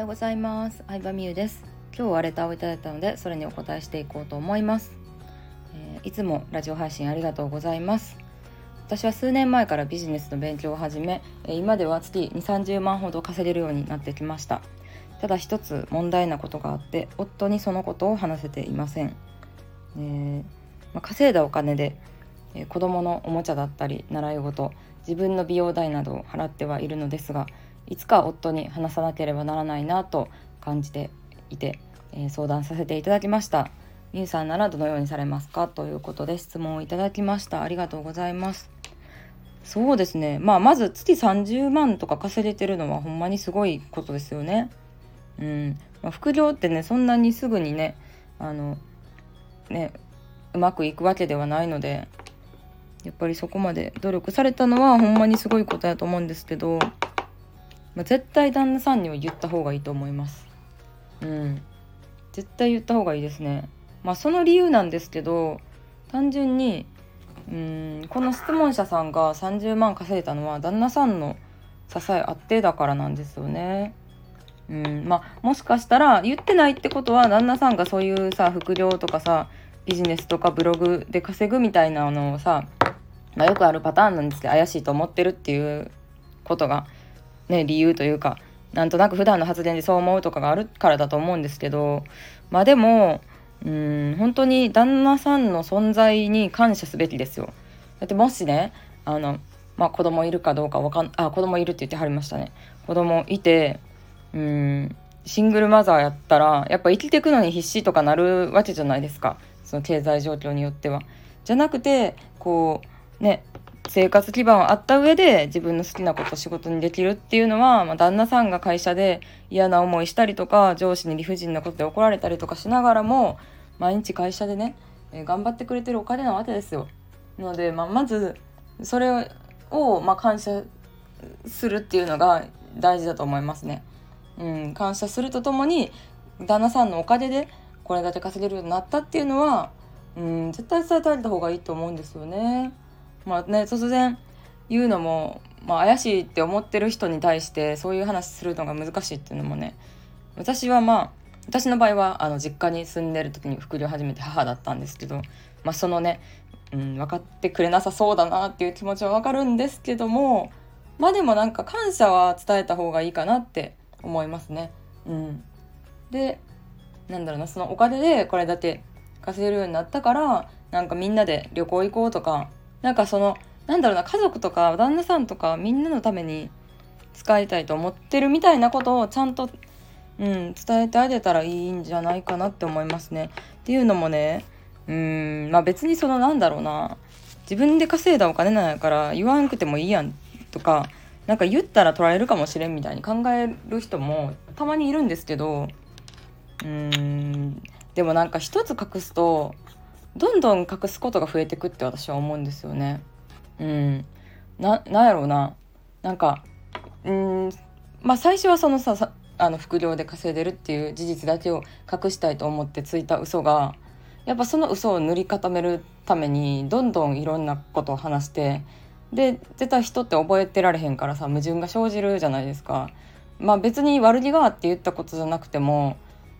ございます。相葉美優です。今日はレターをいただいたので、それにお答えしていこうと思います。いつもラジオ配信ありがとうございます。私は数年前からビジネスの勉強を始め、今では月2、30万ほど稼げるようになってきました。ただ一つ問題なことがあって、夫にそのことを話せていません。稼いだお金で、子供のおもちゃだったり習い事、自分の美容代などを払ってはいるのですが、いつか夫に話さなければならないなと感じていて、相談させていただきました。みゆさんならどのようにされますか、ということで質問をいただきました。ありがとうございます。そうですね、まず月30万とか稼げてるのはほんまにすごいことですよね。副業ってね、そんなにすぐにねうまくいくわけではないので、やっぱりそこまで努力されたのはほんまにすごいことだと思うんですけど、絶対旦那さんには言った方がいいと思います。絶対言った方がいいですね。その理由なんですけど、単純にこの質問者さんが30万稼いだのは旦那さんの支えあってだからなんですよね。もしかしたら言ってないってことは、旦那さんがそういう副業とかビジネスとかブログで稼ぐみたいなのをよくあるパターンなんですけど、怪しいと思ってるっていうことがね、理由というか、なんとなく普段の発言でそう思うとかがあるからだと思うんですけど、でも本当に旦那さんの存在に感謝すべきですよ。だってもしね、子供いるかどうか子供いるって言ってはりましたね。子供いてシングルマザーやったらやっぱ生きていくのに必死とかなるわけじゃないですか、その経済状況によっては。じゃなくて生活基盤あった上で自分の好きなことを仕事にできるっていうのは、旦那さんが会社で嫌な思いしたりとか、上司に理不尽なことで怒られたりとかしながらも毎日会社でね、頑張ってくれてるお金なわけですよ。なので、まずそれを、感謝するっていうのが大事だと思いますね。感謝するとともに、旦那さんのおかげでこれだけ稼げるようになったっていうのは絶対伝えてあげた方がいいと思うんですよね。突然言うのも、怪しいって思ってる人に対してそういう話するのが難しいっていうのもね、私の場合は実家に住んでる時に副業始めて母だったんですけど、そのね、分かってくれなさそうだなっていう気持ちは分かるんですけども、でも感謝は伝えた方がいいかなって思いますね。で、そのお金でこれだけ稼げるようになったから、みんなで旅行行こうとか、家族とか旦那さんとかみんなのために使いたいと思ってるみたいなことをちゃんと伝えてあげたらいいんじゃないかなって思いますね。っていうのもね、別に自分で稼いだお金なんやから言わんくてもいいやんとか、言ったら取られるかもしれんみたいに考える人もたまにいるんですけど、でも一つ隠すとどんどん隠すことが増えてくって私は思うんですよね。なんやろうな、最初はその副業で稼いでるっていう事実だけを隠したいと思ってついた嘘が、やっぱその嘘を塗り固めるためにどんどんいろんなことを話して、で絶対人って覚えてられへんから矛盾が生じるじゃないですか。別に悪気があって言ったことじゃなくても、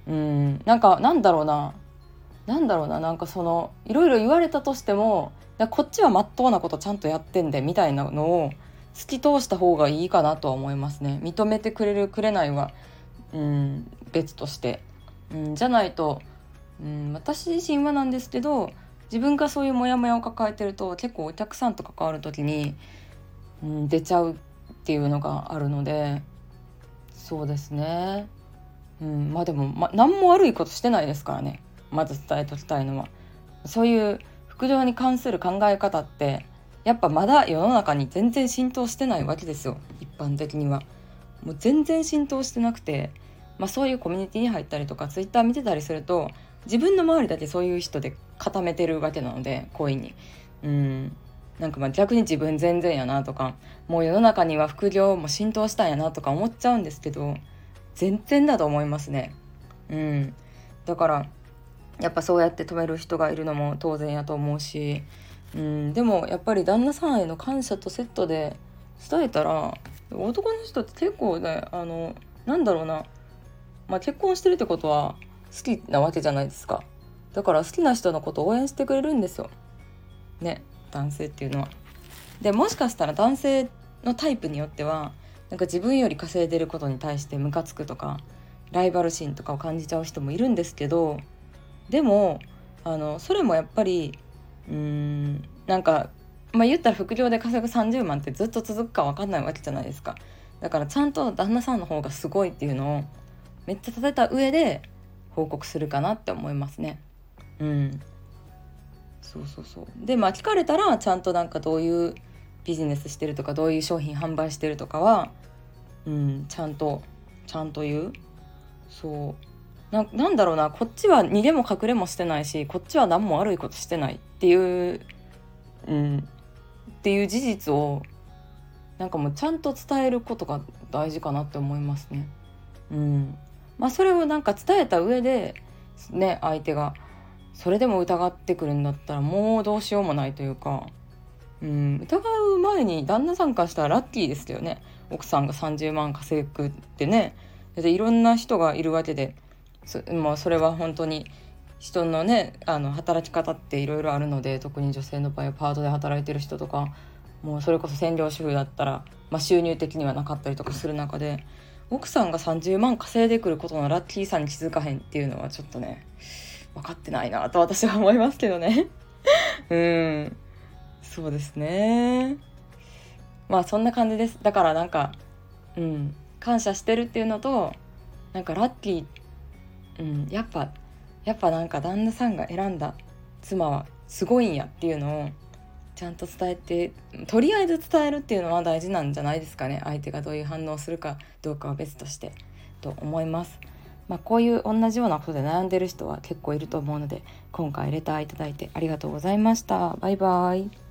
そのいろいろ言われたとしても、こっちは真っ当なことちゃんとやってんでみたいなのを突き通した方がいいかなとは思いますね。認めてくれるくれないは別として、じゃないと、私自身はなんですけど、自分がそういうモヤモヤを抱えてると結構お客さんと関わる時に、出ちゃうっていうのがあるので、そうですね。でも、何も悪いことしてないですからね。まず伝えときたいのは、そういう副業に関する考え方ってやっぱまだ世の中に全然浸透してないわけですよ。一般的にはもう全然浸透してなくて、そういうコミュニティに入ったりとかツイッター見てたりすると、自分の周りだけそういう人で固めてるわけなので、故意に逆に自分全然やなとか、もう世の中には副業も浸透したんやなとか思っちゃうんですけど、全然だと思いますね。だからやっぱそうやって止める人がいるのも当然やと思うし、でもやっぱり旦那さんへの感謝とセットで伝えたら、男の人って結構ね、 結婚してるってことは好きなわけじゃないですか。だから好きな人のことを応援してくれるんですよね、男性っていうのは。でもしかしたら男性のタイプによってはなんか自分より稼いでることに対してムカつくとかライバル心とかを感じちゃう人もいるんですけど、でもそれもやっぱりなんか言ったら副業で稼ぐ30万ってずっと続くか分かんないわけじゃないですか。だからちゃんと旦那さんの方がすごいっていうのをめっちゃ立てた上で報告するかなって思いますね。そうで聞かれたらちゃんとなんかどういうビジネスしてるとかどういう商品販売してるとかはちゃんと言う。なんだろうな、こっちは逃げも隠れもしてないしこっちは何も悪いことしてないっていうっていう事実をなんかもうちゃんと伝えることが大事かなって思いますね。それをなんか伝えた上でね、相手がそれでも疑ってくるんだったらもうどうしようもないというか、疑う前に旦那さんからしたらラッキーですよね。奥さんが30万稼ぐってね。でいろんな人がいるわけで、それは本当に人のね働き方っていろいろあるので、特に女性の場合はパートで働いてる人とか、もうそれこそ専業主婦だったら、収入的にはなかったりとかする中で奥さんが30万稼いでくることのラッキーさに気づかへんっていうのはちょっとね分かってないなと私は思いますけどねそうですね。そんな感じです。だからなんか感謝してるっていうのと、なんかラッキー、やっぱなんか旦那さんが選んだ妻はすごいんやっていうのをちゃんと伝えて、とりあえず伝えるっていうのは大事なんじゃないですかね。相手がどういう反応をするかどうかは別としてと思います。こういう同じようなことで悩んでる人は結構いると思うので、今回レターいただいてありがとうございました。バイバイ。